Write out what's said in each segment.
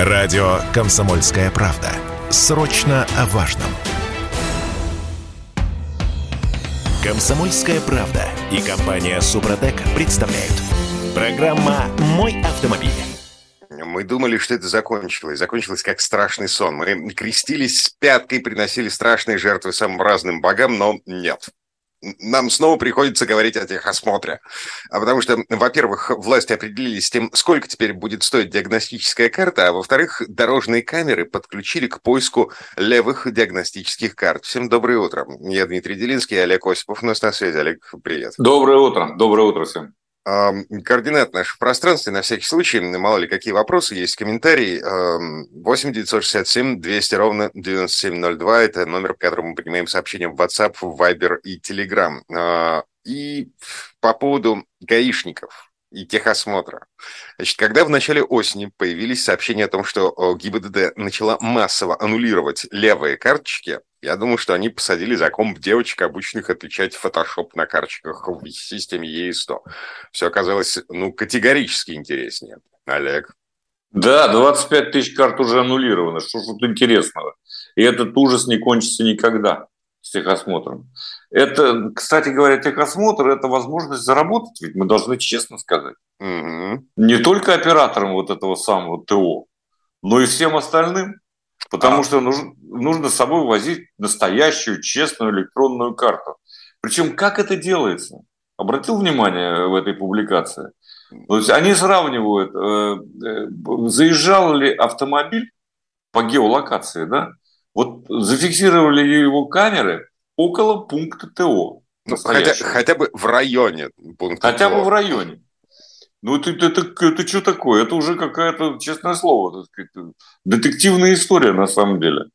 Радио «Комсомольская правда». Срочно о важном. «Комсомольская правда» и компания «Супротек» представляют. Программа «Мой автомобиль». Мы думали, что это закончилось. Закончилось как страшный сон. Мы крестились с пяткой, приносили страшные жертвы самым разным богам, но нет. Нам снова приходится говорить о техосмотре. Потому что, во-первых, власти определились с тем, сколько теперь будет стоить диагностическая карта, а во-вторых, дорожные камеры подключили к поиску левых диагностических карт. Всем доброе утро. Я Дмитрий Делинский, Олег Осипов у нас на связи. Олег, привет. Доброе утро. Доброе утро всем. Координаты наши в пространстве, на всякий случай, мало ли какие вопросы, есть комментарии. 8-967-200-97-02, это номер, по которому мы принимаем сообщения в WhatsApp, в Viber и Telegram. И по поводу гаишников и техосмотра. Значит, когда в начале осени появились сообщения о том, что ГИБДД начала массово аннулировать левые карточки, я думаю, что они посадили за комп девочек, обученных отличать фотошоп на карточках в системе ЕИ-100. Все оказалось, категорически интереснее. Олег? Да, 25 тысяч карт уже аннулировано. Что ж тут интересного? И этот ужас не кончится никогда с техосмотром. Это, кстати говоря, техосмотр – это возможность заработать, ведь мы должны честно сказать. Угу. Не только операторам вот этого самого ТО, но и всем остальным. Потому что нужно с собой возить настоящую, честную электронную карту. Причем, как это делается? Обратил внимание в этой публикации? То есть они сравнивают, заезжал ли автомобиль по геолокации, да? Вот зафиксировали ли его камеры около пункта ТО. Хотя бы в районе пункта Хотя ТО. бы в районе. Ну, это что такое? Это уже какая-то, честное слово, так сказать, детективная история на самом деле.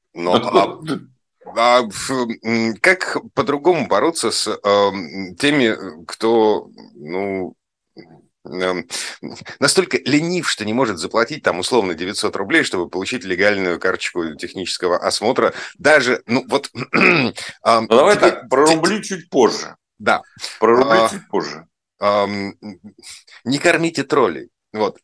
Как по-другому бороться с теми, кто, настолько ленив, что не может заплатить там условно 900 рублей, чтобы получить легальную карточку технического осмотра? Даже, давай так, про рубли чуть позже. Да. Про рубли чуть позже. Не кормите троллей. Вот.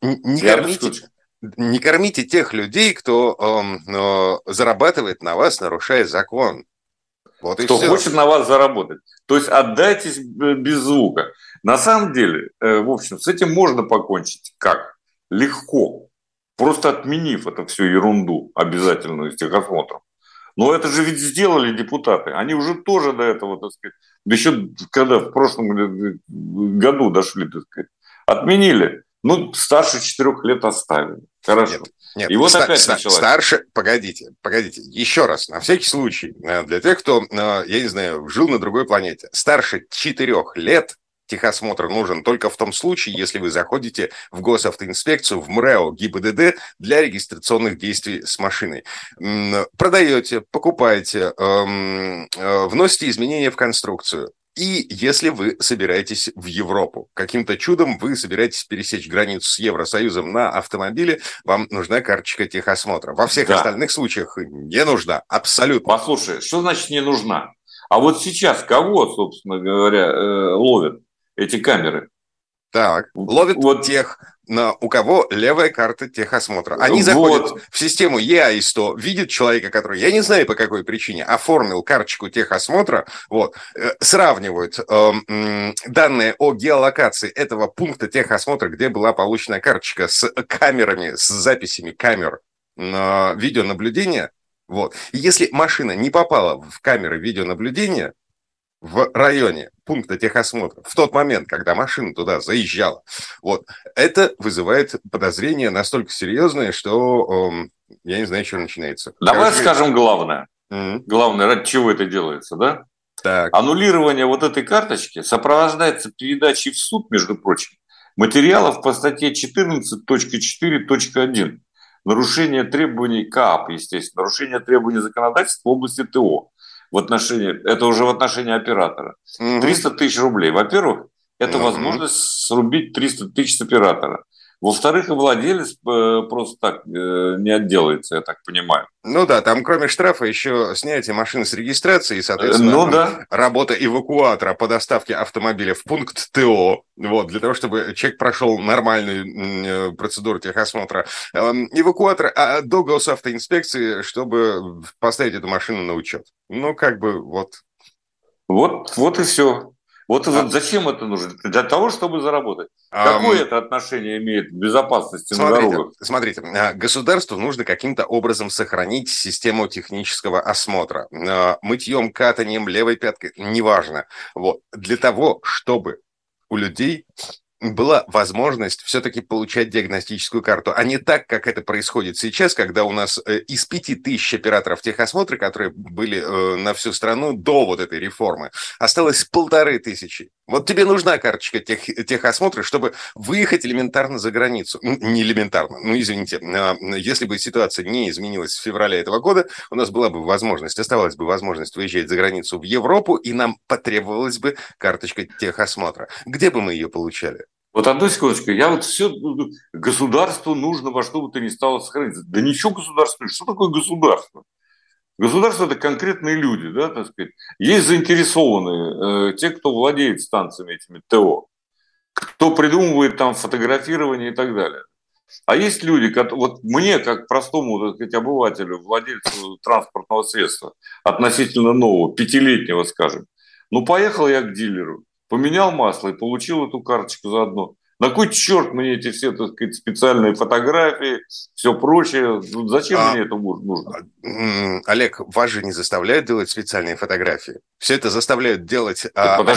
Не кормите тех людей, кто зарабатывает на вас, нарушая закон. Вот и кто все. хочет на вас заработать. То есть отдайтесь без звука. На самом деле, в общем, с этим можно покончить. Как? Легко. Просто отменив эту всю ерунду обязательную с техосмотром. Но это же ведь сделали депутаты. Они уже тоже до этого, так сказать, да еще когда в прошлом году дошли, так сказать, отменили. Старше 4 лет оставили. Хорошо. Нет, и вот опять началось. Старше, погодите. Еще раз, на всякий случай, для тех, кто, я не знаю, жил на другой планете. Старше 4 лет техосмотр нужен только в том случае, если вы заходите в госавтоинспекцию, в МРЭО ГИБДД для регистрационных действий с машиной. Продаете, покупаете, вносите изменения в конструкцию. И если вы собираетесь в Европу, каким-то чудом вы собираетесь пересечь границу с Евросоюзом на автомобиле, вам нужна карточка техосмотра. Во всех остальных случаях не нужна, абсолютно. Послушай, что значит не нужна? А вот сейчас кого, собственно говоря, ловят эти камеры? Так, ловят тех, у кого левая карта техосмотра. Они заходят в систему ЕАИ-100, видят человека, который, я не знаю по какой причине, оформил карточку техосмотра, сравнивают данные о геолокации этого пункта техосмотра, где была получена карточка, с камерами, с записями камер видеонаблюдения. И если машина не попала в камеры видеонаблюдения в районе пункта техосмотра в тот момент, когда машина туда заезжала, это вызывает подозрения настолько серьезные, что я не знаю, что начинается. Давай скажем главное. Главное, ради чего это делается, да? Так. Аннулирование вот этой карточки сопровождается передачей в суд, между прочим, материалов по статье 14.4.1. Нарушение требований КАП, естественно, нарушение требований законодательства в области ТО. Это уже в отношении оператора. 300 тысяч рублей. Во-первых, это возможность срубить 300 тысяч с оператора. Во-вторых, и владелец просто так не отделается, я так понимаю. Ну да, там кроме штрафа еще снятие машины с регистрации и, Ну соответственно, да. работа эвакуатора по доставке автомобиля в пункт ТО, вот, для того, чтобы человек прошел нормальную процедуру техосмотра. Эвакуатор до госавтоинспекции, чтобы поставить эту машину на учет. Ну, как бы вот. Вот и все. Вот зачем это нужно? Для того, чтобы заработать. Какое это отношение имеет к безопасности на дорогах? Смотрите, государству нужно каким-то образом сохранить систему технического осмотра. Мытьем, катанием, левой пяткой, неважно. Вот. Для того, чтобы у людей была возможность все-таки получать диагностическую карту, а не так, как это происходит сейчас, когда у нас из 5000 операторов техосмотра, которые были на всю страну до вот этой реформы, осталось 1500. Вот тебе нужна карточка техосмотра, чтобы выехать элементарно за границу. Не элементарно, извините. Если бы ситуация не изменилась в феврале этого года, у нас была бы возможность, оставалась бы возможность выезжать за границу в Европу, и нам потребовалась бы карточка техосмотра. Где бы мы ее получали? Вот одну секундочку, государству нужно во что бы то ни стало сохраниться. Да ничего государству, что такое государство? Государство – это конкретные люди, да, так сказать. Есть заинтересованные, те, кто владеет станциями этими ТО, кто придумывает там фотографирование и так далее. А есть люди, вот мне, как простому, так сказать, обывателю, владельцу транспортного средства, относительно нового, 5-летнего, скажем, поехал я к дилеру, поменял масло и получил эту карточку заодно. На кой черт мне эти все, так сказать, специальные фотографии, все прочее? Зачем мне это нужно? Олег, вас же не заставляют делать специальные фотографии. Все это заставляют делать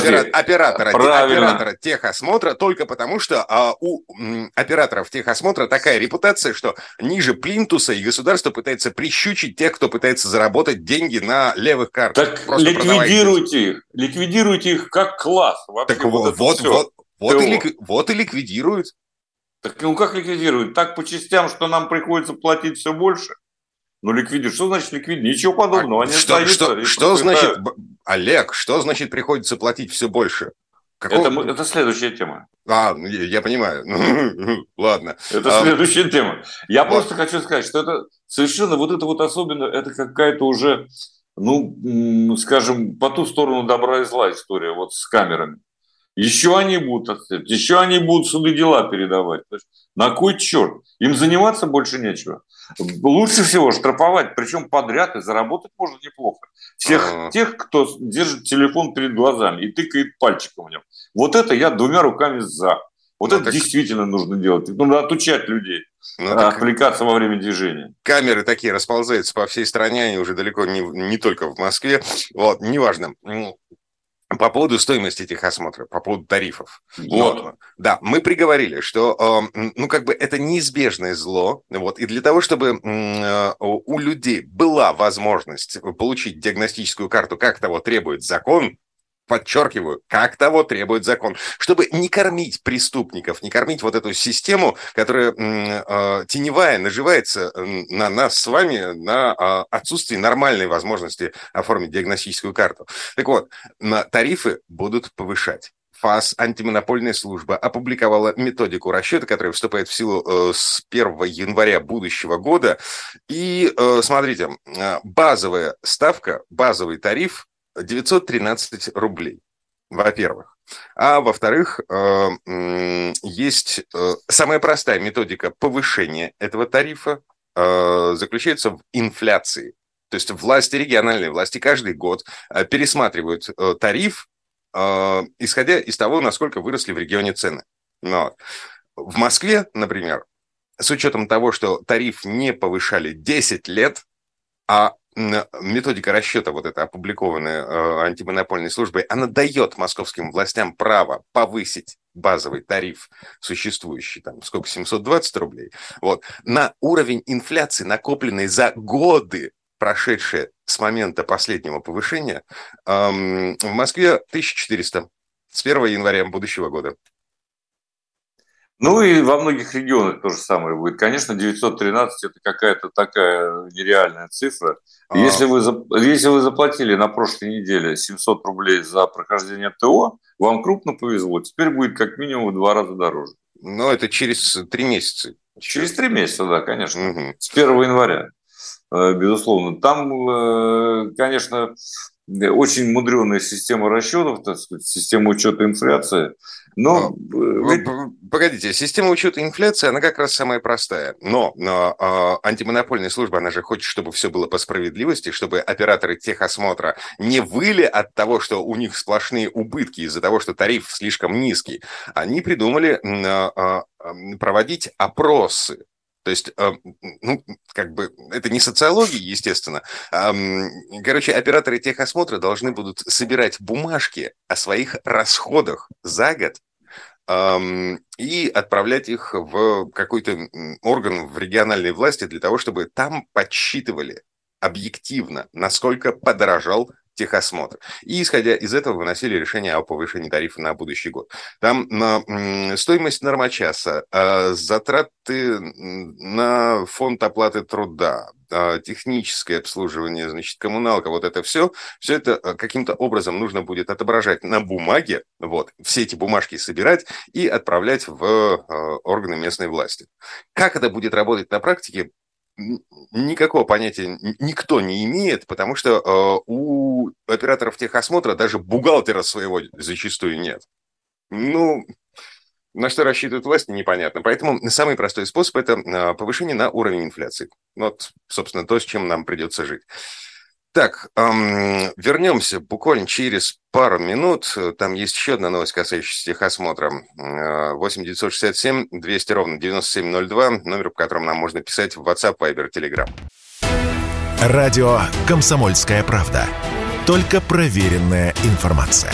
оператора техосмотра только потому, что у операторов техосмотра такая репутация, что ниже плинтуса, и государство пытается прищучить тех, кто пытается заработать деньги на левых картах. Так ликвидируйте их как класс. Вообще, так вот и ликвидируют. Так как ликвидируют? Так по частям, что нам приходится платить все больше? Ликвидируют. Что значит ликвидируют? Ничего подобного. Они остаются. Что значит, Олег, что значит приходится платить все больше? Это следующая тема. Я понимаю. Ладно. Это следующая тема. Я просто хочу сказать, что это совершенно особенно, это какая-то уже, скажем, по ту сторону добра и зла история вот с камерами. Еще они будут суды дела передавать. На кой черт? Им заниматься больше нечего. Лучше всего штрафовать, причем подряд, и заработать можно неплохо. Всех тех, кто держит телефон перед глазами и тыкает пальчиком в нем. Вот это я 2 руками за. Это действительно нужно делать. Нужно отучать людей отвлекаться во время движения. Камеры такие расползаются по всей стране, они уже далеко не только в Москве. Вот, неважно. По поводу стоимости техосмотра, по поводу тарифов. Да, мы приговорили, что это неизбежное зло. И для того, чтобы у людей была возможность получить диагностическую карту, как того требует закон, подчеркиваю, как того требует закон, чтобы не кормить преступников, не кормить вот эту систему, которая теневая, наживается на нас с вами, на отсутствии нормальной возможности оформить диагностическую карту. Так вот, тарифы будут повышать. ФАС, антимонопольная служба, опубликовала методику расчета, которая вступает в силу с 1 января будущего года. И смотрите, базовая ставка, базовый тариф 913 рублей, во-первых. А во-вторых, есть самая простая методика повышения этого тарифа, заключается в инфляции. То есть власти, региональные власти каждый год пересматривают тариф, исходя из того, насколько выросли в регионе цены. В Москве, например, с учетом того, что тариф не повышали 10 лет, а методика расчета, вот эта опубликованная антимонопольной службой, она дает московским властям право повысить базовый тариф, существующий, 720 рублей, на уровень инфляции, накопленной за годы, прошедшие с момента последнего повышения, в Москве 1400 с 1 января будущего года. И во многих регионах то же самое будет. Конечно, 913 – это какая-то такая нереальная цифра. Если вы заплатили на прошлой неделе 700 рублей за прохождение ТО, вам крупно повезло. Теперь будет как минимум в 2 раза дороже. Ну, это через 3 месяца. Через 3 месяца, да, конечно. Угу. С 1 января, безусловно. Там, конечно, очень мудреная система расчетов, так сказать, система учета инфляции. Но ведь... Погодите, система учета инфляции, она как раз самая простая. Но антимонопольная служба, она же хочет, чтобы все было по справедливости, чтобы операторы техосмотра не выли от того, что у них сплошные убытки из-за того, что тариф слишком низкий. Они придумали проводить опросы. То есть, ну, как бы, это не социология, естественно. Короче, операторы техосмотра должны будут собирать бумажки о своих расходах за год и отправлять их в какой-то орган в региональной власти для того, чтобы там подсчитывали объективно, насколько подорожал техосмотр. И, исходя из этого, выносили решение о повышении тарифа на будущий год. Там стоимость нормочаса, затраты на фонд оплаты труда, техническое обслуживание, значит, коммуналка, вот это все это каким-то образом нужно будет отображать на бумаге, вот, все эти бумажки собирать и отправлять в органы местной власти. Как это будет работать на практике, никакого понятия никто не имеет, потому что у операторов техосмотра даже бухгалтера своего зачастую нет. Ну, на что рассчитывают власти, непонятно. Поэтому самый простой способ – это повышение на уровень инфляции. Вот, собственно, то, с чем нам придется жить. Так, вернемся буквально через пару минут. Там есть еще одна новость, касающаяся техосмотра. 8 967 200 ровно 9702, номер, по которому нам можно писать в WhatsApp, Viber, Telegram. Радио «Комсомольская правда». Только проверенная информация.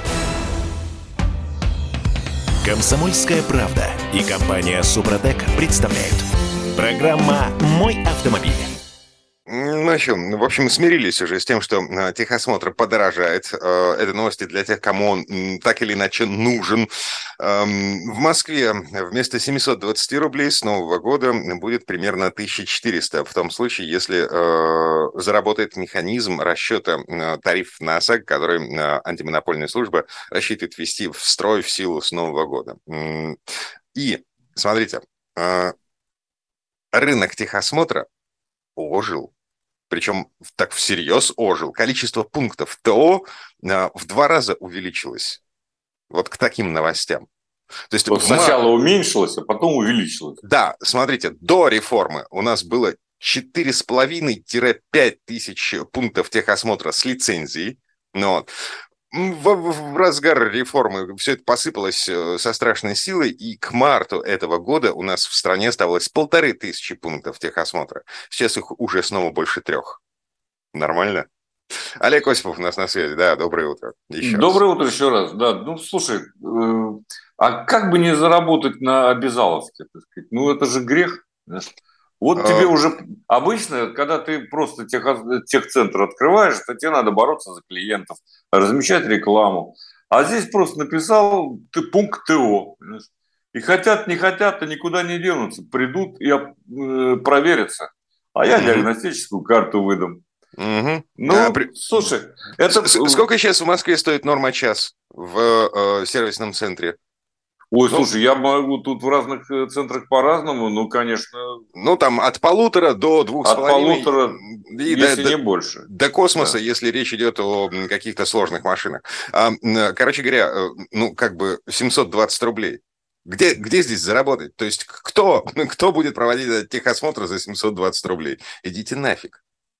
«Комсомольская правда» и компания «Супротек» представляют. Программа «Мой автомобиль». Ну, в общем, смирились уже с тем, что техосмотр подорожает. Это новости для тех, кому он так или иначе нужен. В Москве вместо 720 рублей с Нового года будет примерно 1400. В том случае, если заработает механизм расчета тарифов на ОСАГО, который антимонопольная служба рассчитывает ввести в строй в силу с Нового года. И, смотрите, рынок техосмотра ожил. Причем так всерьез ожил. Количество пунктов ТО в 2 раза увеличилось. Вот к таким новостям. То есть вот сначала уменьшилось, а потом увеличилось. Да, смотрите, до реформы у нас было 4,5-5 тысяч пунктов техосмотра с лицензией. Но в разгар реформы все это посыпалось со страшной силой, и к марту этого года у нас в стране оставалось 1500 пунктов техосмотра. Сейчас их уже снова больше 3. Нормально? Олег Осипов у нас на связи. Да, доброе утро. Доброе утро еще раз. Да, ну, слушай, а как бы не заработать на обязаловке, так сказать? Ну, это же грех. Вот тебе уже обычно, когда ты просто техцентр открываешь, то тебе надо бороться за клиентов, размещать рекламу. А здесь просто написал ты пункт ТО. И хотят, не хотят, то никуда не денутся. Придут и проверятся. А я диагностическую карту выдам. Ну, слушай, это... Сколько сейчас в Москве стоит норма-час в сервисном центре? Ой, слушай, я могу тут в разных центрах по-разному, ну, конечно... Ну, там от 1,5 до 2,5. От 1,5, если не больше. До космоса, да. Если речь идет о каких-то сложных машинах. Короче говоря, ну, как бы 720 рублей. Где здесь заработать? То есть кто будет проводить этот техосмотр за 720 рублей? Идите нафиг.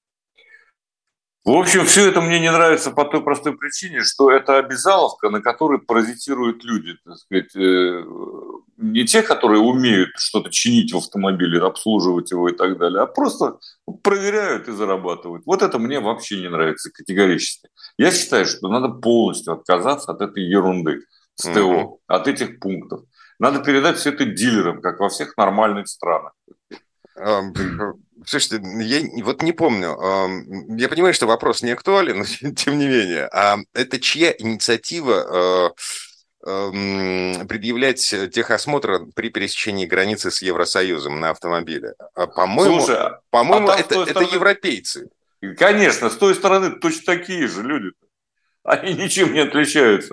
В общем, все это мне не нравится по той простой причине, что это обязаловка, на которой паразитируют люди, так сказать, не те, которые умеют что-то чинить в автомобиле, обслуживать его и так далее, а просто проверяют и зарабатывают. Вот это мне вообще не нравится категорически. Я считаю, что надо полностью отказаться от этой ерунды с ТО, от этих пунктов. Надо передать все это дилерам, как во всех нормальных странах. Слушайте, я вот не помню. Я понимаю, что вопрос не актуален, но тем не менее. Это чья инициатива предъявлять техосмотр при пересечении границы с Евросоюзом на автомобиле? По-моему, это европейцы. Конечно, с той стороны точно такие же люди. Они ничем не отличаются.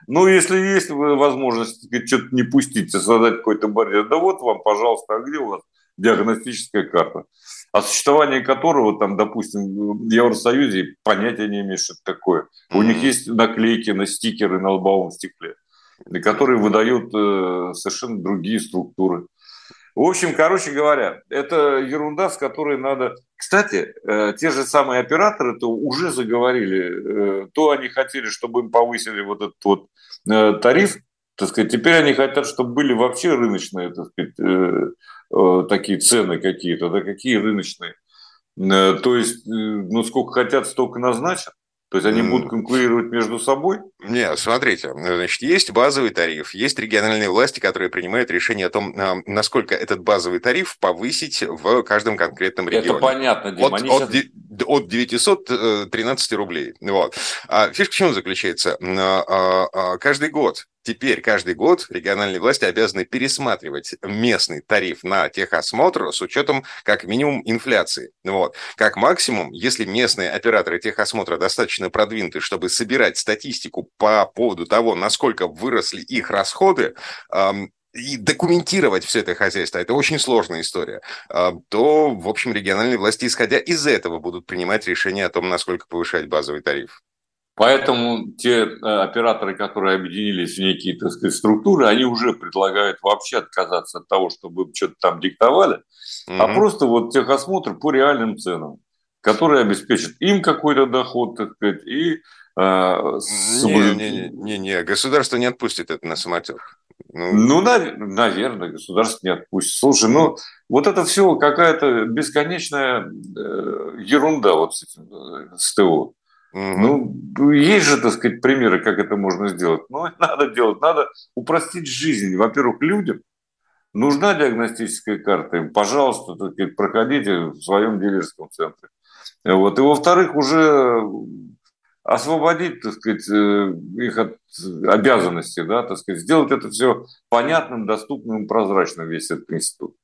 Ну, если есть возможность что-то не пустить, создать какой-то барьер, да вот вам, пожалуйста, а где у вас диагностическая карта, о существовании которого, там, допустим, в Евросоюзе понятия не имеют, что это такое. У них есть наклейки на стикеры на лобовом стекле, которые выдают совершенно другие структуры. В общем, короче говоря, это ерунда, с которой надо... Кстати, те же самые операторы-то уже заговорили. То они хотели, чтобы им повысили вот этот вот тариф, так сказать. Теперь они хотят, чтобы были вообще рыночные, так сказать, такие цены какие-то, да, какие рыночные. То есть, ну, сколько хотят, столько назначат. То есть они будут конкурировать между собой? Нет, смотрите, значит, есть базовый тариф, есть региональные власти, которые принимают решение о том, насколько этот базовый тариф повысить в каждом конкретном регионе. Это понятно, Дим. От 913 рублей. Вот. А фишка в чем заключается? Каждый год региональные власти обязаны пересматривать местный тариф на техосмотр с учетом как минимум инфляции. Вот. Как максимум, если местные операторы техосмотра достаточно продвинуты, чтобы собирать статистику по поводу того, насколько выросли их расходы, и документировать все это хозяйство, это очень сложная история, то, в общем, региональные власти, исходя из этого, будут принимать решение о том, насколько повышать базовый тариф. Поэтому те операторы, которые объединились в некие, так сказать, структуры, они уже предлагают вообще отказаться от того, чтобы что-то там диктовали, а просто вот техосмотр по реальным ценам, которые обеспечат им какой-то доход, так сказать, и... Не, государство не отпустит это на самотек. Наверное, государство не отпустит. Слушай, вот это все какая-то бесконечная ерунда вот с ТО. Ну, есть же, так сказать, примеры, как это можно сделать. Ну, надо делать, надо упростить жизнь. Во-первых, людям нужна диагностическая карта, им, пожалуйста, так сказать, проходите в своем дилерском центре. Вот. И, во-вторых, уже освободить, так сказать, их от обязанностей, да, так сказать, сделать это все понятным, доступным, прозрачным, весь этот институт.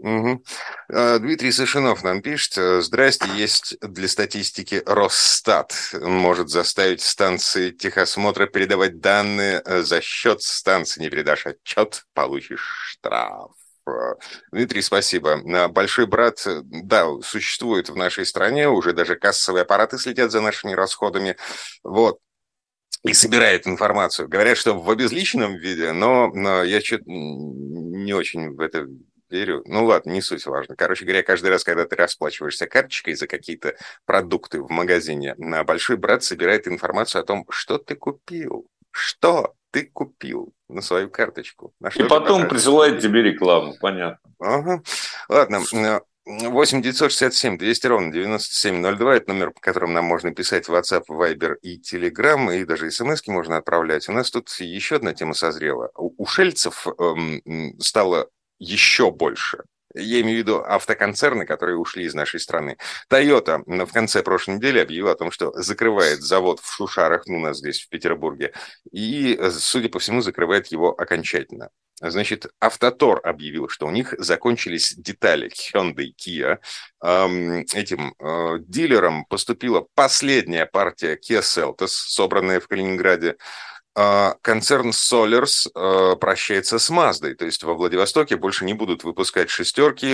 Дмитрий Сашинов нам пишет: здрасте, есть для статистики Росстат. Он может заставить станции техосмотра передавать данные за счет станции. Не передашь отчет, получишь штраф. Дмитрий, спасибо. Большой брат, да, существует в нашей стране, уже даже кассовые аппараты следят за нашими расходами. Вот. И собирает информацию. Говорят, что в обезличенном виде, но я что-то не очень в это верю. Ну ладно, не суть важно. Короче говоря, каждый раз, когда ты расплачиваешься карточкой за какие-то продукты в магазине, большой брат собирает информацию о том, что ты купил. Что ты купил на свою карточку. И потом присылает тебе рекламу, понятно. Ага. Ладно. 8 967 200 ровно 9702. Это номер, по которому нам можно писать в WhatsApp, Viber и Telegram, и даже смс-ки можно отправлять. У нас тут еще одна тема созрела. У шельцев стало еще больше. Я имею в виду автоконцерны, которые ушли из нашей страны. Toyota в конце прошлой недели объявила о том, что закрывает завод в Шушарах, у нас здесь, в Петербурге, и, судя по всему, закрывает его окончательно. Значит, Автотор объявил, что у них закончились детали Hyundai Kia. Этим дилерам поступила последняя партия Kia Seltos, собранная в Калининграде. Концерн Solers прощается с Маздой, то есть во Владивостоке больше не будут выпускать шестерки,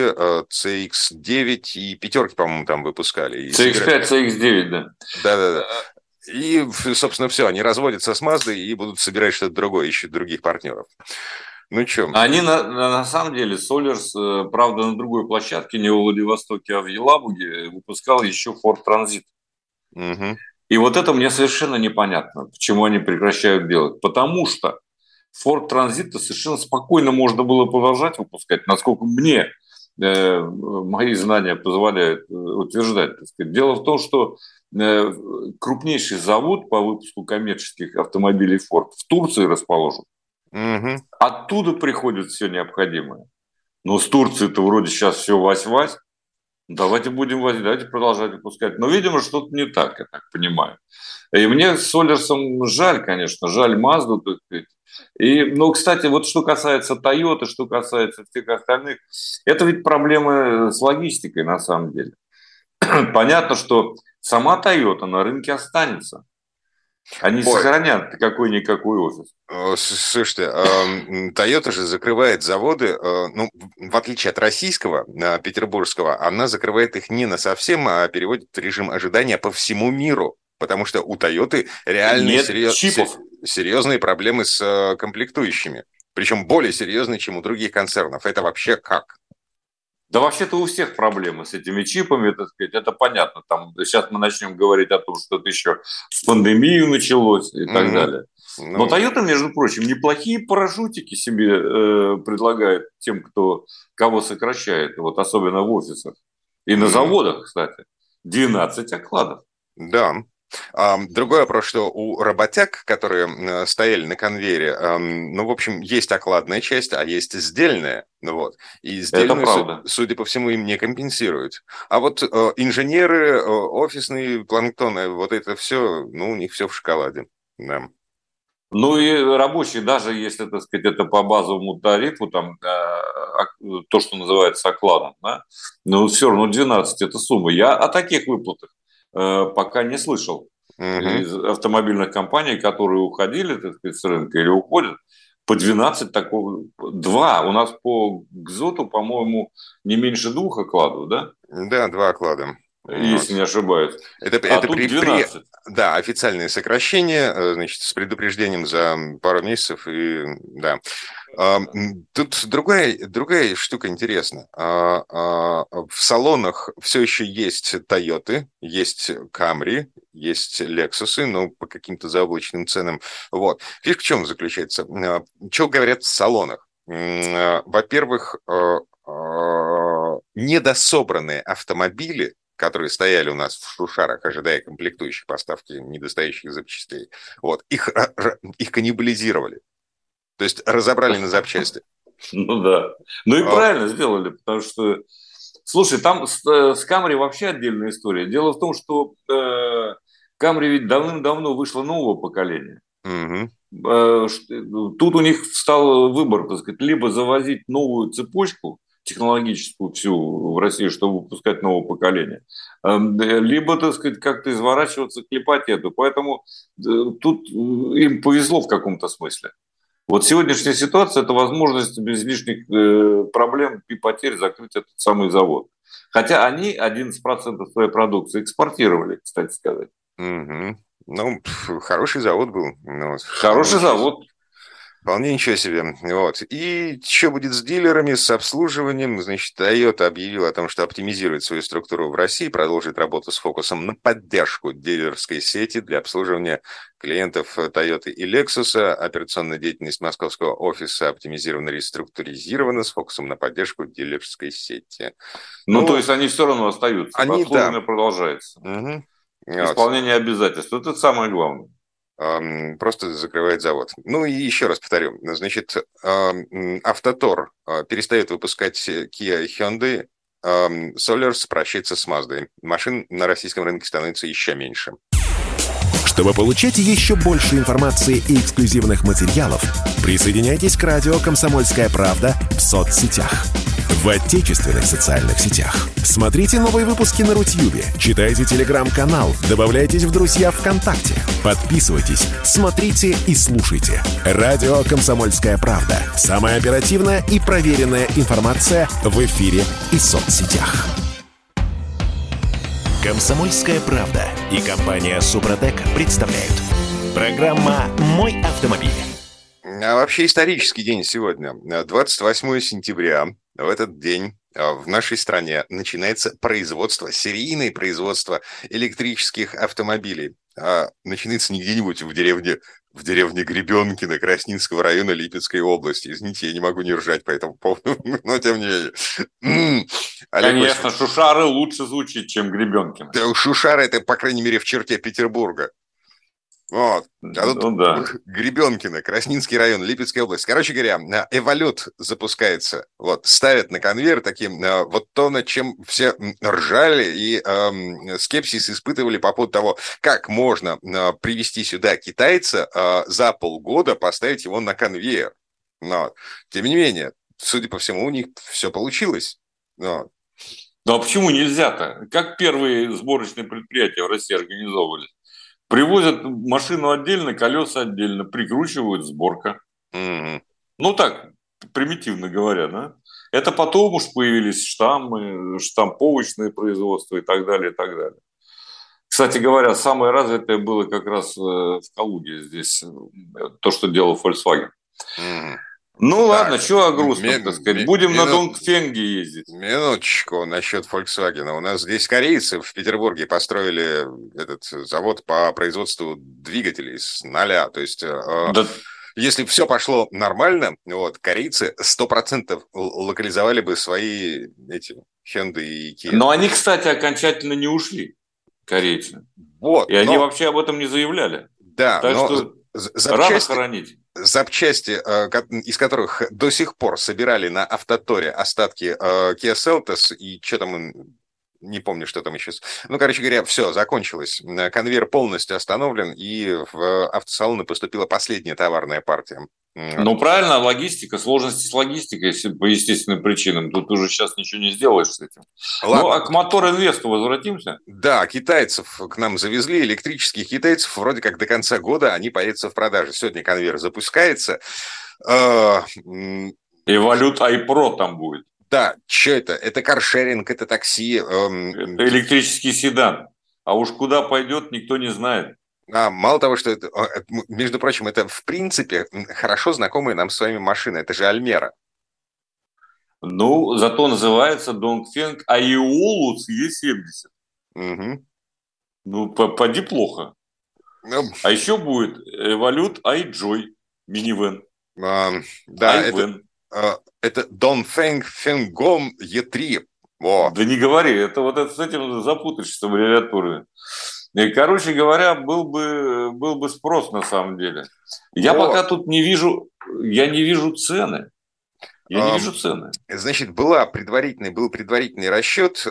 CX-9 и пятерки, по-моему, там выпускали. CX-5, CX-9, да. Да-да-да. И, собственно, все, они разводятся с Маздой и будут собирать что-то другое, ищут других партнеров. Ну что? Они на самом деле, Solers, правда, на другой площадке, не в Владивостоке, а в Елабуге, выпускал еще Ford Transit. Угу. И вот это мне совершенно непонятно, почему они прекращают делать. Потому что Ford Transit совершенно спокойно можно было продолжать выпускать, насколько мне мои знания позволяют утверждать. Так сказать. Дело в том, что крупнейший завод по выпуску коммерческих автомобилей Ford в Турции расположен. Угу. Оттуда приходит все необходимое. Но с Турции-то вроде сейчас все вась-вась. Давайте будем возить, давайте продолжать выпускать. Но, видимо, что-то не так, я так понимаю. И мне с Солерсом жаль, конечно, жаль Мазду. Но, кстати, вот что касается Toyota, что касается всех остальных, это ведь проблемы с логистикой на самом деле. Понятно, что сама Toyota на рынке останется. Они Ой, сохранят какой-никакой офис. слушайте, Toyota же закрывает заводы, ну, в отличие от российского, петербургского, она закрывает их не на совсем, а переводит в режим ожидания по всему миру. Потому что у Toyota реальные Нет чипов. серьезные проблемы с комплектующими. Причем более серьезные, чем у других концернов. Это вообще как? Да вообще-то у всех проблемы с этими чипами, так сказать, это понятно. Там, сейчас мы начнем говорить о том, что это еще с пандемией началось и так Мгм. далее. Но Ну, Toyota, между прочим, неплохие парашютики себе предлагает тем, кого сокращает, вот особенно в офисах. И на м, заводах, кстати. 12 окладов. да. Другой вопрос, что у работяг, которые стояли на конвейере, ну, в общем, есть окладная часть, а есть сдельная. Ну, вот. И Это сдельную, правда. судя по всему, им не компенсируют. А вот инженеры, офисные планктоны, вот это все, ну, у них все в шоколаде. Да. Ну и рабочие, даже если, так сказать, это по базовому тарифу, там, то, что называется окладом, да, но все равно 12 – это сумма. Я о таких выплатах пока не слышал Мгм. из автомобильных компаний, которые уходили, так сказать, с рынка или уходят. По 12 такого, два. У нас по ГЗОТу, по-моему, не меньше двух окладов, да, Да, два оклада. если Вот. не ошибаюсь. Это А тут 12. да, официальное сокращение, значит, с предупреждением за пару месяцев, и да. Тут другая штука интересна. В салонах все еще есть Тойоты, есть Камри, есть Лексусы, но по каким-то заоблачным ценам. Вот. Фишка в чем заключается? Что говорят в салонах? Во-первых, недособранные автомобили, которые стояли у нас в шушарах, ожидая комплектующих поставки недостающих запчастей, вот, их каннибализировали. То есть разобрали на запчасти. Ну да. Ну и А, правильно сделали, потому что, слушай, там с Камри вообще отдельная история. Дело в том, что Камри ведь давным-давно вышло нового поколения. мгм. Тут у них стал выбор, так сказать, либо завозить новую цепочку технологическую всю в Россию, чтобы выпускать новое поколение, либо, так сказать, как-то изворачиваться, клепать эту. Поэтому тут им повезло в каком-то смысле. Вот сегодняшняя ситуация – это возможность без лишних проблем и потерь закрыть этот самый завод. Хотя они 11% своей продукции экспортировали, кстати сказать. Мгм. Ну, хороший завод был. Ну, вот, вполне Хороший ничего себе. завод. Вполне ничего себе. Вот. И что будет с дилерами, с обслуживанием? Значит, Toyota объявила о том, что оптимизирует свою структуру в России, продолжит работу с фокусом на поддержку дилерской сети для обслуживания клиентов Toyota и Lexus. Операционная деятельность московского офиса оптимизирована, реструктуризирована с фокусом на поддержку дилерской сети. Ну, то Ну, есть они все равно остаются, они, да. обслуживание продолжается. Мгм. Вот. Исполнение обязательств. Это самое главное. Просто закрывает завод. Ну и еще раз повторю, значит, Автотор перестает выпускать Kia и Hyundai, Solars прощается с Маздой. Машин на российском рынке становится еще меньше. Чтобы получать еще больше информации и эксклюзивных материалов, присоединяйтесь к радио «Комсомольская правда» в соцсетях. В отечественных социальных сетях. Смотрите новые выпуски на Рутьюбе, читайте телеграм-канал, добавляйтесь в друзья ВКонтакте, подписывайтесь, смотрите и слушайте. Радио «Комсомольская правда». Самая оперативная и проверенная информация в эфире и соцсетях. «Комсомольская правда» и компания «Супротек» представляют. Программа «Мой автомобиль». А вообще исторический день сегодня. 28 сентября. В этот день в нашей стране начинается серийное производство электрических автомобилей. Начинается не где-нибудь в деревне Гребенкино Краснинского района Липецкой области. Извините, я не могу не ржать по этому поводу, но тем не менее. Олег Конечно, Осипов. Шушары лучше звучит, чем Гребенкино. Да, Шушара это, по крайней мере, в черте Петербурга. Вот. А тут Ну да. Гребенкино, Краснинский район, Липецкая область. Короче говоря, Эволют запускается. Вот, ставят на конвейер таким, вот то, над чем все ржали и скепсис испытывали по поводу того, как можно привести сюда китайца, за полгода поставить его на конвейер. Но, тем не менее, судя по всему, у них все получилось. Но. Ну а почему нельзя-то? Как первые сборочные предприятия в России организовывались? Привозят машину отдельно, колеса отдельно, прикручивают, сборка. Мгм. Ну так, примитивно говоря, да? Это потом уж появились штаммы, штамповочные производства и так далее, и так далее. Кстати говоря, самое развитое было как раз в Калуге здесь, то, что делал Volkswagen. Мгм. Ну ладно, Так, что о грустном, так сказать. Будем на Донгфенге ездить. минуточку насчет Volkswagen. У нас здесь корейцы в Петербурге построили этот завод по производству двигателей с нуля. То есть, Да, если все пошло нормально, вот, корейцы 100% локализовали бы свои эти Hyundai и Kia. но они, кстати, окончательно не ушли, корейцы. Вот, И они но, вообще об этом не заявляли. да, Так но что рано запчасти, хоронить. запчасти, из которых до сих пор собирали на Автоторе остатки Kia Seltos и что там, не помню, что там еще. Ну, короче говоря, все, закончилось. Конвейер полностью остановлен, и в автосалоны поступила последняя товарная партия. Ну, правильно, логистика, сложности с логистикой по естественным причинам. Тут уже сейчас ничего не сделаешь с этим. Ну, Ладно. а к Мотор-Инвесту возвратимся? Да, китайцев к нам завезли, электрических китайцев, вроде как до конца года они появятся в продаже. Сегодня конвейер запускается. Эволют iPro там будет. Да, что это? Это каршеринг, это такси. Это электрический седан. А уж куда пойдет, никто не знает. Мало того, что это, между прочим, это в принципе хорошо знакомая нам с вами машина. Это же Альмера. Ну, зато называется Донгфенг Aiolus E70. Угу. Ну, поди плохо. Ну, А еще будет Эволют iJoy минивэн. да, это Dongfeng Fengom E3. Во. Да не говори, это вот это, с этим запутаешься с аббревиатурами. И, короче говоря, был бы спрос на самом деле. Я пока тут не вижу, я не вижу цены. Я не вижу цены. Значит, был предварительный расчет.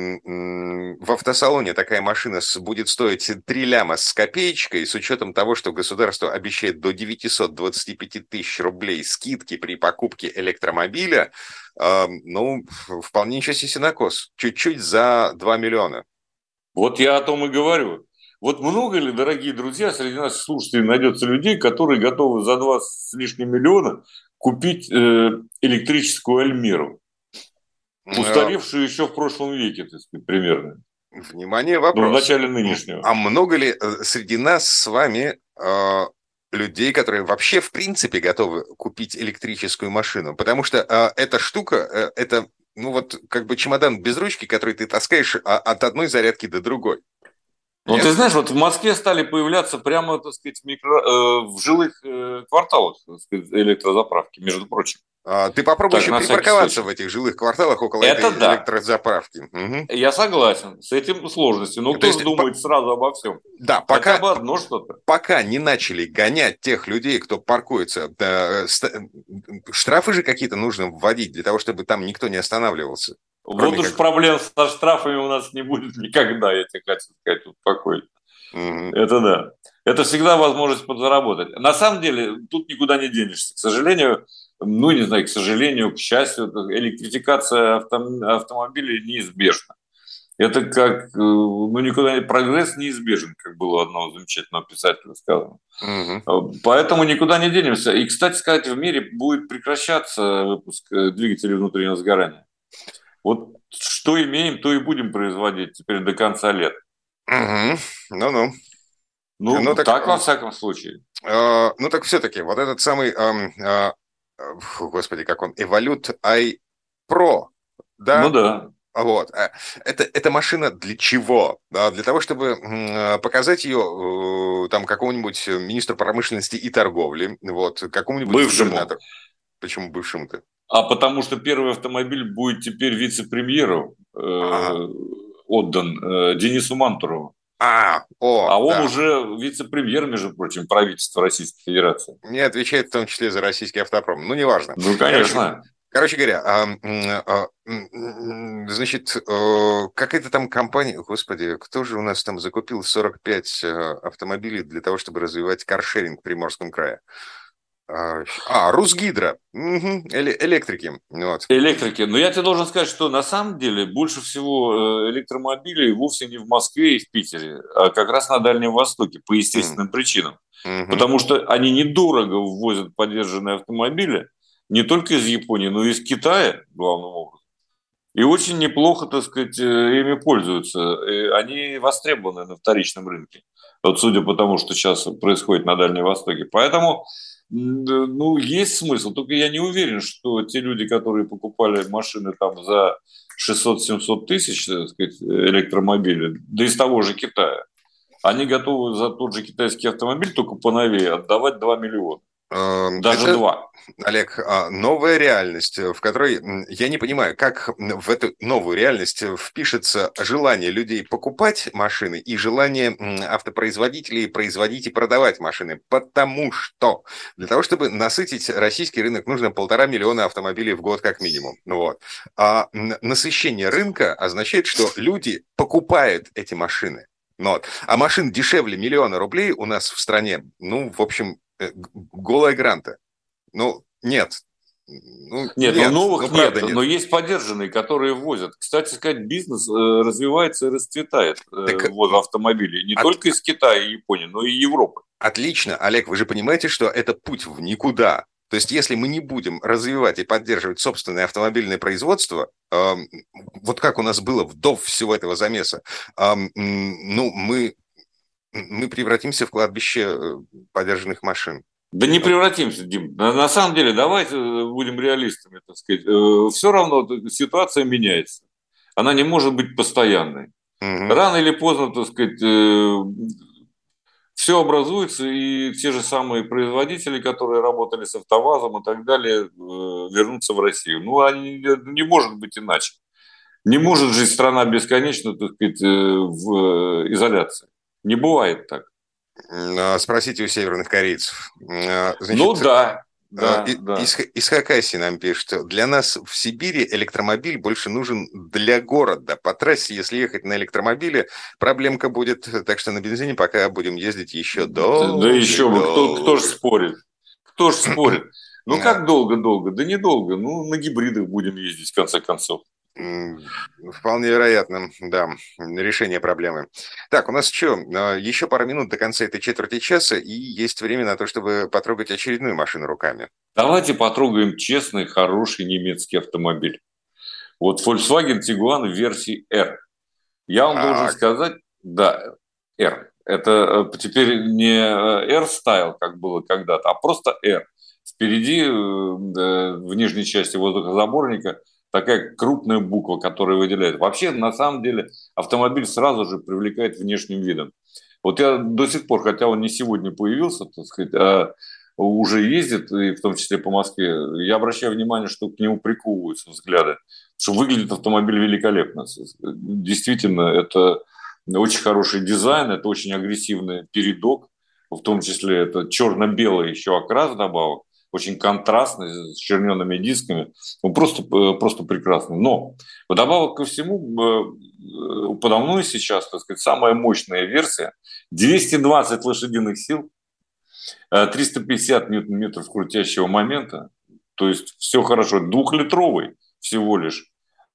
В автосалоне такая машина будет стоить 3 ляма с копеечкой, с учетом того, что государство обещает до 925 тысяч рублей скидки при покупке электромобиля. Ну, вполне ничего себе сенокос. Чуть-чуть за 2 миллиона. Вот я о том и говорю. Вот много ли, дорогие друзья, среди наших слушателей найдется людей, которые готовы за 2 с лишним миллиона купить электрическую Альмеру, устаревшую еще в прошлом веке, так сказать, примерно. Внимание, вопрос. Ну, в начале нынешнего. А много ли среди нас с вами людей, которые вообще в принципе готовы купить электрическую машину? Потому что эта штука, это, ну вот, как бы чемодан без ручки, который ты таскаешь от одной зарядки до другой. Ну, ты знаешь, вот в Москве стали появляться прямо, так сказать, в жилых кварталах, так сказать, электрозаправки, между прочим. Ты попробуй еще припарковаться в этих жилых кварталах около этой электрозаправки. Угу. Я согласен, с этим сложностью. Но кто же думает сразу обо всем? Да, хотя бы одно что-то. Пока не начали гонять тех людей, кто паркуется, штрафы же какие-то нужно вводить для того, чтобы там никто не останавливался. Вот уж проблем со штрафами у нас не будет никогда, я тебе хочу сказать, успокоить. Это да. Это всегда возможность подзаработать. На самом деле, тут никуда не денешься. К сожалению, ну, не знаю, к сожалению, к счастью, электрификация автомобилей неизбежна. Это как, ну, никуда прогресс неизбежен, как было у одного замечательного писателя сказано. Поэтому никуда не денемся. И, кстати сказать, в мире будет прекращаться выпуск двигателей внутреннего сгорания. Вот что имеем, то и будем производить теперь до конца лет. Ну, так во всяком случае. Ну, так все-таки, вот этот самый, господи, как он, Evolute iPro, да? Ну, да. Вот. Это машина для чего? Для того, чтобы показать ее там какому-нибудь министру промышленности и торговли, вот, какому-нибудь губернатору. Почему бывшему-то? А потому что первый автомобиль будет теперь вице-премьеру отдан Денису Мантурову. Он уже вице-премьер, между прочим, правительства Российской Федерации. Не отвечает в том числе за российский автопром. Ну, неважно. Ну, конечно. Короче говоря, значит, какая-то там компания, господи, кто же у нас там закупил 45 автомобилей для того, чтобы развивать каршеринг в Приморском крае? Русгидро. Мгм. Электрики. Вот. Электрики. Но я тебе должен сказать, что на самом деле больше всего электромобилей вовсе не в Москве и в Питере, а как раз на Дальнем Востоке по М, естественным причинам. мгм. Потому что они недорого ввозят подержанные автомобили не только из Японии, но и из Китая, главным образом. И очень неплохо, так сказать, ими пользуются. Они востребованы на вторичном рынке. Вот судя по тому, что сейчас происходит на Дальнем Востоке. Поэтому, ну, есть смысл. Только я не уверен, что те люди, которые покупали машины там за 600-700 тысяч, так сказать, электромобили, да из того же Китая, они готовы за тот же китайский автомобиль, только поновее, отдавать 2 миллиона. Даже Это, 2. Олег, новая реальность, в которой я не понимаю, как в эту новую реальность впишется желание людей покупать машины и желание автопроизводителей производить и продавать машины. Потому что для того, чтобы насытить российский рынок, нужно 1,5 миллиона автомобилей в год как минимум. Вот. А насыщение рынка означает, что люди покупают эти машины. Вот. А машин дешевле 1 000 000 рублей у нас в стране, ну, в общем, голая гранта. Ну, нет. Ну, Нет, ну нет. Ну, новых правда нет, нет. но есть подержанные, которые возят. Кстати сказать, бизнес развивается и расцветает, Так ввоз автомобилей не от, только из Китая и Японии, но и Европы. отлично, Олег, вы же понимаете, что это путь в никуда. То есть, если мы не будем развивать и поддерживать собственное автомобильное производство, вот как у нас было до всего этого замеса, ну, мы превратимся в кладбище подержанных машин. Да не превратимся, Дим. На самом деле, давайте будем реалистами, так сказать. Все равно ситуация меняется. Она не может быть постоянной. Мгм. Рано или поздно, так сказать, все образуется, и те же самые производители, которые работали с АвтоВАЗом и так далее, вернутся в Россию. Ну, они, не может быть иначе. Не может жить страна бесконечно, так сказать, в изоляции. Не бывает так. Спросите у северных корейцев. Ну Значит, да, да, да. из Хакасии нам пишут, для нас в Сибири электромобиль больше нужен для города. По трассе, если ехать на электромобиле, проблемка будет, так что на бензине пока будем ездить еще Да долго и еще бы, кто ж долго. спорит? Кто ж спорит? Ну как долго-долго? Да недолго. Ну, на гибридах будем ездить, в конце концов. Вполне вероятно, да, решение проблемы. Так, у нас что, еще пара минут до конца этой четверти часа, и есть время на то, чтобы потрогать очередную машину руками. Давайте потрогаем честный, хороший немецкий автомобиль. Вот Volkswagen Tiguan в версии R. Я вам должен Так, сказать, да, R. Это теперь не R-стайл, как было когда-то, а просто R. Впереди, в нижней части воздухозаборника, такая крупная буква, которая выделяет. Вообще, на самом деле, автомобиль сразу же привлекает внешним видом. Вот я до сих пор, хотя он не сегодня появился, так сказать, а уже ездит, и в том числе по Москве, я обращаю внимание, что к нему приковываются взгляды, что выглядит автомобиль великолепно. Действительно, это очень хороший дизайн, это очень агрессивный передок, в том числе это черно-белый еще окрас добавок, очень контрастный, с черненными дисками. Он просто прекрасный. Но вдобавок ко всему, подо мной сейчас, так сказать, самая мощная версия, 220 лошадиных сил, 350 ньютон-метров крутящего момента, то есть все хорошо, двухлитровый всего лишь,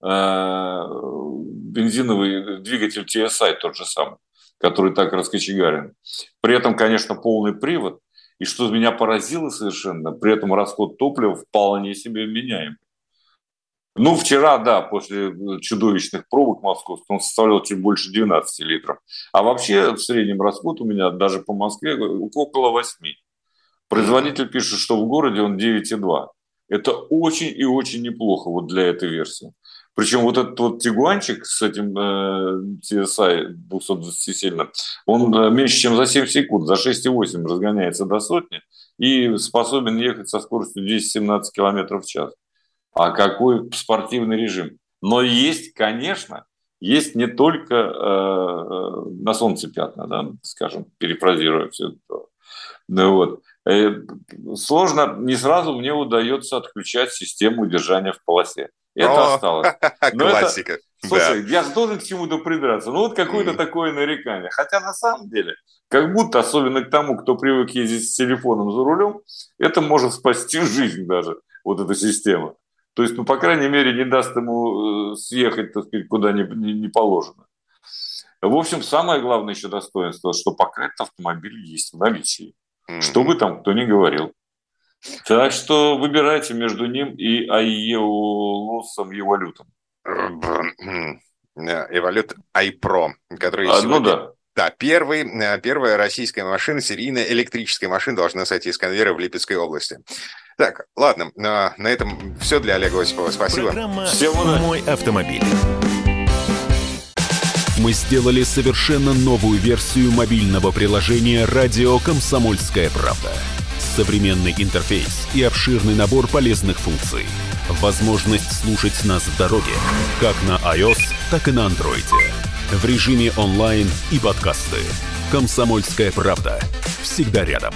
бензиновый двигатель TSI тот же самый, который так раскочегарен. При этом, конечно, полный привод. И что меня поразило совершенно, при этом расход топлива вполне себе вменяемый. Ну, вчера, да, после чудовищных пробок московских, он составлял чуть больше 12 литров. А вообще в среднем расход у меня даже по Москве около 8. Производитель пишет, что в городе он 9,2. Это очень и очень неплохо вот для этой версии. Причем вот этот вот тигуанчик с этим TSI 220-сильным, он меньше, чем за 7 секунд, за 6,8 разгоняется до сотни и способен ехать со скоростью 10-17 км в час. А какой спортивный режим? Но есть, конечно, есть не только на солнце пятна, да, скажем, перефразируя все это. Ну, вот. Сложно, не сразу мне удается отключать систему удержания в полосе. Это осталось. Но это, классика. Слушай, я же должен к чему-то придраться. Ну, вот какое-то такое нарекание. Хотя на самом деле, как будто, особенно к тому, кто привык ездить с телефоном за рулем, это может спасти жизнь даже, вот эта система. То есть, ну, по крайней мере, не даст ему съехать, так сказать, куда не положено. В общем, самое главное еще достоинство, что пока этот автомобиль есть в наличии. Что бы там кто ни говорил. Так что выбирайте между ним и iEolus Evolute. Evolute iPro, который сегодня... Ну да. Да, первая российская машина, серийная электрическая машина, должна сойти с конвейера в Липецкой области. Так, ладно, на этом все для Олега Осипова. Спасибо. Программа «Мой автомобиль». Мы сделали совершенно новую версию мобильного приложения «Радио Комсомольская правда». Современный интерфейс и обширный набор полезных функций. Возможность слушать нас в дороге, как на iOS, так и на Android. В режиме онлайн и подкасты. «Комсомольская правда». Всегда рядом.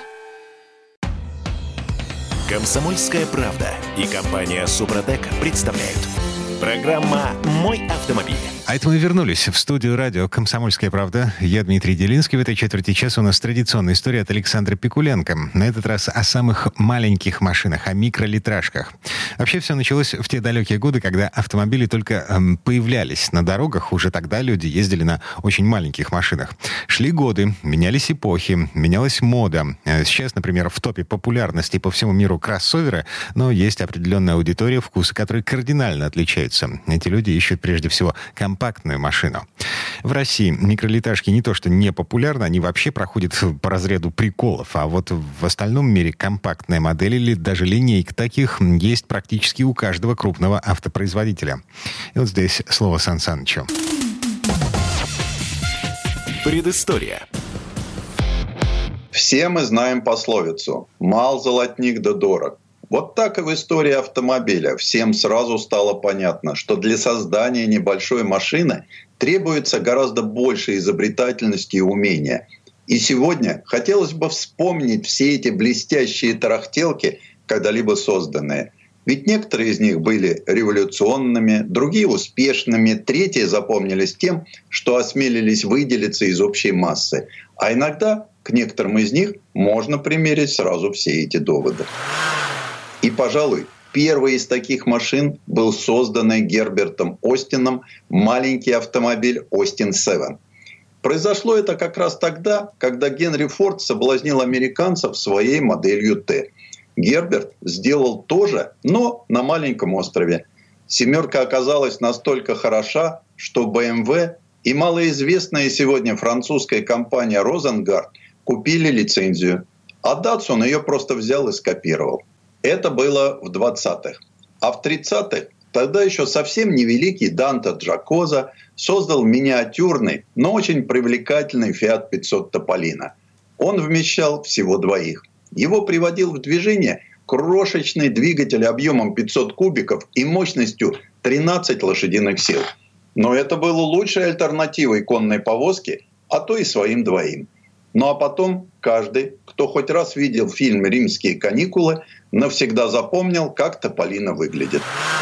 «Комсомольская правда» и компания «Супротек» представляют. Программа «Мой автомобиль». А это мы вернулись в студию радио «Комсомольская правда». Я Дмитрий Делинский. В этой четверти часа у нас традиционная история от Александра Пикуленко. На этот раз о самых маленьких машинах, о микролитражках. Вообще все началось в те далекие годы, когда автомобили только появлялись на дорогах. Уже тогда люди ездили на очень маленьких машинах. Шли годы, менялись эпохи, менялась мода. Сейчас, например, в топе популярности по всему миру кроссоверы, но есть определенная аудитория, вкусы которой кардинально отличаются. Эти люди ищут прежде всего компактную машину. В России микролитражки не то что не популярны, они вообще проходят по разряду приколов. А вот в остальном мире компактная модель или даже линейка таких есть практически у каждого крупного автопроизводителя. И вот здесь слово Сан Санычу. Предыстория. Все мы знаем пословицу «мал золотник да дорог». Вот так и в истории автомобиля. Всем сразу стало понятно, что для создания небольшой машины требуется гораздо больше изобретательности и умения. И сегодня хотелось бы вспомнить все эти блестящие тарахтелки, когда-либо созданные. Ведь некоторые из них были революционными, другие успешными, третьи запомнились тем, что осмелились выделиться из общей массы. А иногда к некоторым из них можно примерить сразу все эти доводы. И, пожалуй, первый из таких машин был созданный Гербертом Остином маленький автомобиль Остин 7. Произошло это как раз тогда, когда Генри Форд соблазнил американцев своей моделью Т. Герберт сделал то же, но на маленьком острове. «Семерка» оказалась настолько хороша, что BMW и малоизвестная сегодня французская компания «Розенгард» купили лицензию, а Датсун ее просто взял и скопировал. Это было в 20-х. А в 30-х тогда еще совсем невеликий Данте Джакоза создал миниатюрный, но очень привлекательный Fiat 500 Тополино. Он вмещал всего двоих. Его приводил в движение крошечный двигатель объемом 500 кубиков и мощностью 13 лошадиных сил. Но это было лучшей альтернативой конной повозке, а то и своим двоим. Ну а потом каждый, кто хоть раз видел фильм «Римские каникулы», навсегда запомнил, как Тополино выглядит.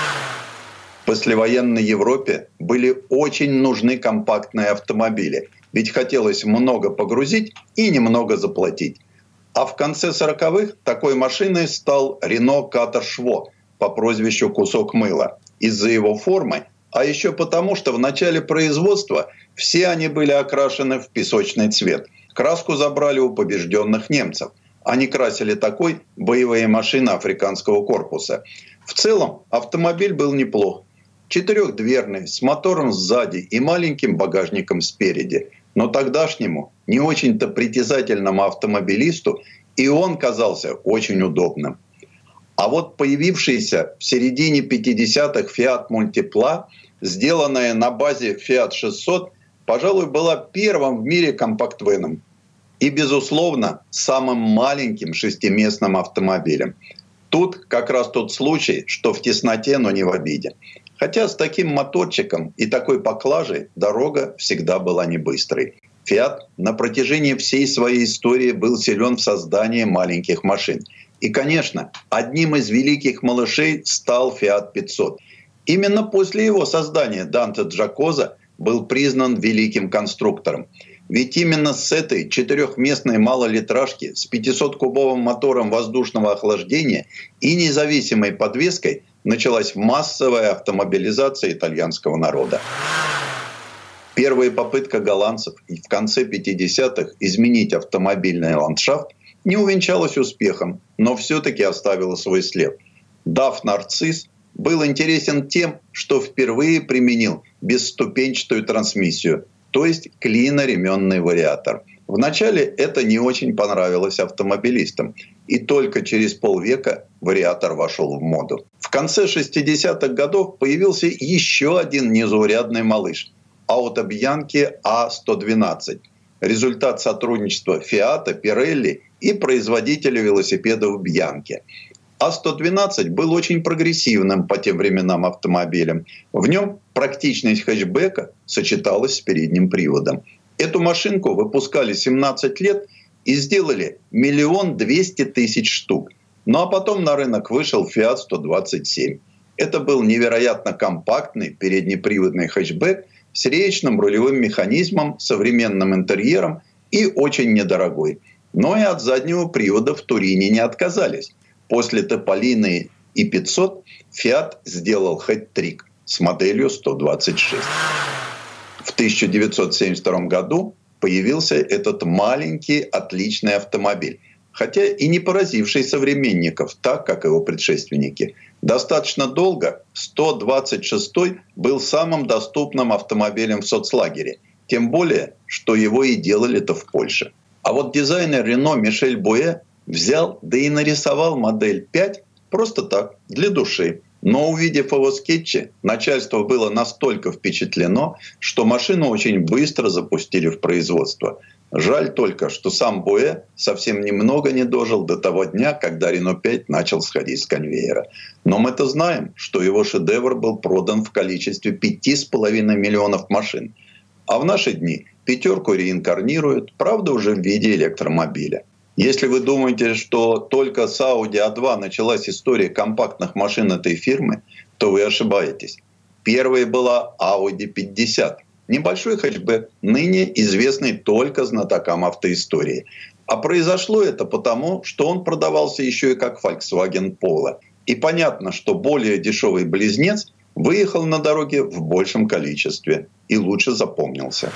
В послевоенной Европе были очень нужны компактные автомобили, ведь хотелось много погрузить и немного заплатить. А в конце 40-х такой машиной стал Renault Kadjar Shvo по прозвищу «Кусок мыла» из-за его формы, а еще потому, что в начале производства все они были окрашены в песочный цвет. Краску забрали у побежденных немцев. Они красили такой боевые машины африканского корпуса. В целом автомобиль был неплох. Четырехдверный, с мотором сзади и маленьким багажником спереди. Но тогдашнему, не очень-то притязательному автомобилисту и он казался очень удобным. А вот появившийся в середине 50-х Fiat Multipla, сделанная на базе Fiat 600, пожалуй, была первым в мире компакт-веном. И, безусловно, самым маленьким шестиместным автомобилем. Тут как раз тот случай, что в тесноте, но не в обиде. Хотя с таким моторчиком и такой поклажей дорога всегда была не быстрой. Fiat на протяжении всей своей истории был силен в создании маленьких машин. И, конечно, одним из великих малышей стал Fiat 500. Именно после его создания Данте Джакоза был признан великим конструктором. Ведь именно с этой четырехместной малолитражки с 500-кубовым мотором воздушного охлаждения и независимой подвеской началась массовая автомобилизация итальянского народа. Первая попытка голландцев в конце 50-х изменить автомобильный ландшафт не увенчалась успехом, но все-таки оставила свой след. DAF «Нарцисс» был интересен тем, что впервые применил бесступенчатую трансмиссию, то есть клиноременный вариатор. Вначале это не очень понравилось автомобилистам, и только через полвека вариатор вошел в моду. В конце 60-х годов появился еще один незаурядный малыш – Auto Bianchi A112. Результат сотрудничества Фиата, Пирелли и производителя велосипедов Bianchi. А112 был очень прогрессивным по тем временам автомобилем. В нем практичность хэтчбека сочеталась с передним приводом. Эту машинку выпускали 17 лет и сделали 1 200 000 штук. Ну а потом на рынок вышел Fiat 127. Это был невероятно компактный переднеприводный хэтчбэк с речным рулевым механизмом, современным интерьером и очень недорогой. Но и от заднего привода в Турине не отказались. После Тополино и 500 Fiat сделал хэт-трик с моделью 126. В 1972 году появился этот маленький отличный автомобиль, хотя и не поразивший современников так, как его предшественники. Достаточно долго 126 был самым доступным автомобилем в соцлагере, тем более, что его и делали-то в Польше. А вот дизайнер Рено Мишель Буэ взял, да и нарисовал модель 5 просто так, для души. Но увидев его скетчи, начальство было настолько впечатлено, что машину очень быстро запустили в производство. Жаль только, что сам Буэ совсем немного не дожил до того дня, когда Рено 5 начал сходить с конвейера. Но мы-то знаем, что его шедевр был продан в количестве 5,5 миллионов машин. А в наши дни пятерку реинкарнируют, правда, уже в виде электромобиля. Если вы думаете, что только с Audi A2 началась история компактных машин этой фирмы, то вы ошибаетесь. Первой была Audi 50. Небольшой хэтчбэк, ныне известный только знатокам автоистории. А произошло это потому, что он продавался еще и как Volkswagen Polo. И понятно, что более дешевый близнец выехал на дороге в большем количестве и лучше запомнился.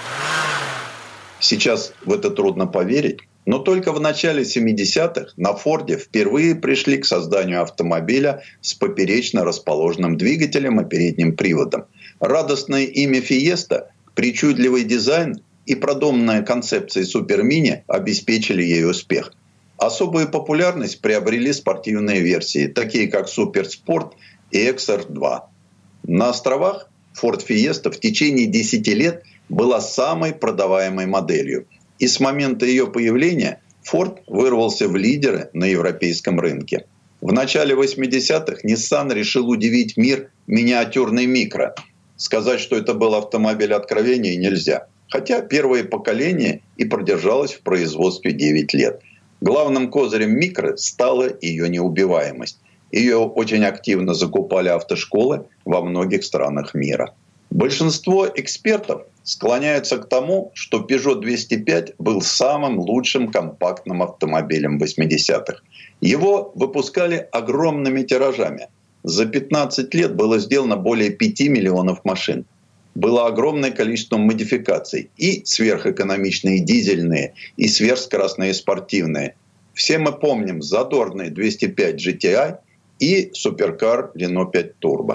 Сейчас в это трудно поверить, но только в начале 70-х на Форде впервые пришли к созданию автомобиля с поперечно расположенным двигателем и передним приводом. Радостное имя Fiesta, причудливый дизайн и продуманная концепция супермини обеспечили ей успех. Особую популярность приобрели спортивные версии, такие как Суперспорт и XR2. На островах Ford Fiesta в течение 10 лет была самой продаваемой моделью. И с момента ее появления Ford вырвался в лидеры на европейском рынке. В начале 80-х Nissan решил удивить мир миниатюрной микро. Сказать, что это был автомобиль откровения, нельзя. Хотя первое поколение и продержалось в производстве 9 лет. Главным козырем микро стала ее неубиваемость. Ее очень активно закупали автошколы во многих странах мира. Большинство экспертов склоняются к тому, что Peugeot 205 был самым лучшим компактным автомобилем 80-х. Его выпускали огромными тиражами. За 15 лет было сделано более 5 миллионов машин. Было огромное количество модификаций. И сверхэкономичные дизельные, и сверхскоростные спортивные. Все мы помним задорный 205 GTI и суперкар Renault 5 Turbo.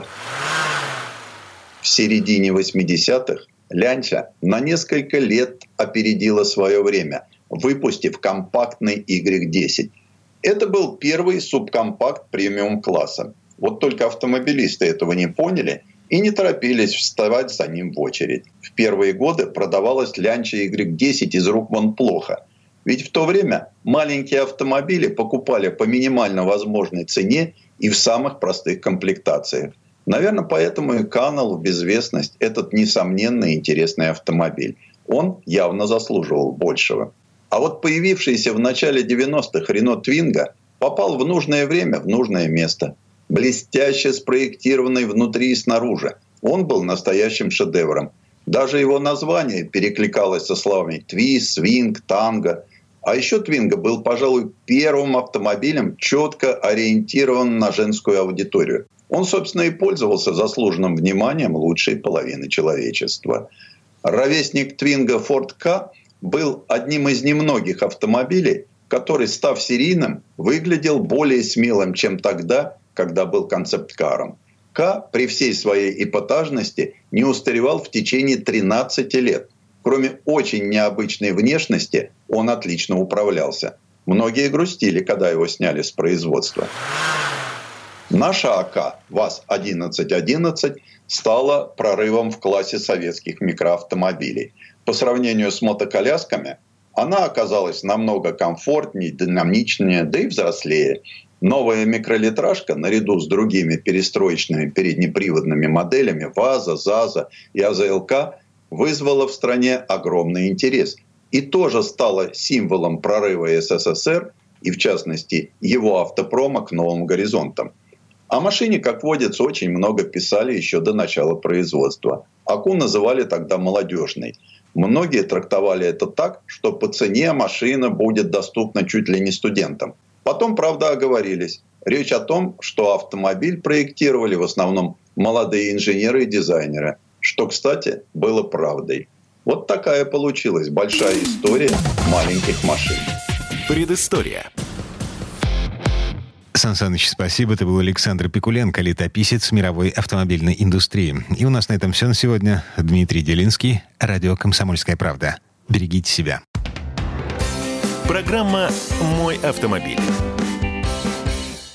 В середине 80-х Lancia на несколько лет опередила свое время, выпустив компактный Y10. Это был первый субкомпакт премиум-класса. Вот только автомобилисты этого не поняли и не торопились вставать за ним в очередь. В первые годы продавалась Lancia Y10 из рук вон плохо. Ведь в то время маленькие автомобили покупали по минимально возможной цене и в самых простых комплектациях. Наверное, поэтому и канул в безвестность этот несомненно интересный автомобиль. Он явно заслуживал большего. А вот появившийся в начале 90-х Renault Twingo попал в нужное время, в нужное место. блестяще спроектированный внутри и снаружи. Он был настоящим шедевром. Даже его название перекликалось со словами «твист», «свинг», «танго». А еще «Твинго» был, пожалуй, первым автомобилем, четко ориентированным на женскую аудиторию. Он, собственно, и пользовался заслуженным вниманием лучшей половины человечества. Ровесник «Твинго» Ford Ka был одним из немногих автомобилей, который, став серийным, выглядел более смелым, чем тогда, когда был концепт-каром. Ka при всей своей эпатажности не устаревал в течение 13 лет. Кроме очень необычной внешности, он отлично управлялся. Многие грустили, когда его сняли с производства. Наша АК ВАЗ-1111 стала прорывом в классе советских микроавтомобилей. По сравнению с мотоколясками, она оказалась намного комфортнее, динамичнее, да и взрослее. Новая микролитражка, наряду с другими перестроечными переднеприводными моделями ВАЗа, ЗАЗа и АЗЛК, вызвала в стране огромный интерес. И тоже стала символом прорыва СССР и, в частности, его автопрома к новым горизонтам. О машине, как водится, очень много писали еще до начала производства. АКУ называли тогда молодежной. Многие трактовали это так, что по цене машина будет доступна чуть ли не студентам. Потом, правда, оговорились. Речь о том, что автомобиль проектировали в основном молодые инженеры и дизайнеры, что, кстати, было правдой. Вот такая получилась большая история маленьких машин. Предыстория. Сан Саныч, спасибо. Это был Александр Пикуленко, летописец мировой автомобильной индустрии. И у нас на этом все на сегодня. Дмитрий Делинский, радио «Комсомольская правда». Берегите себя. Программа «Мой автомобиль».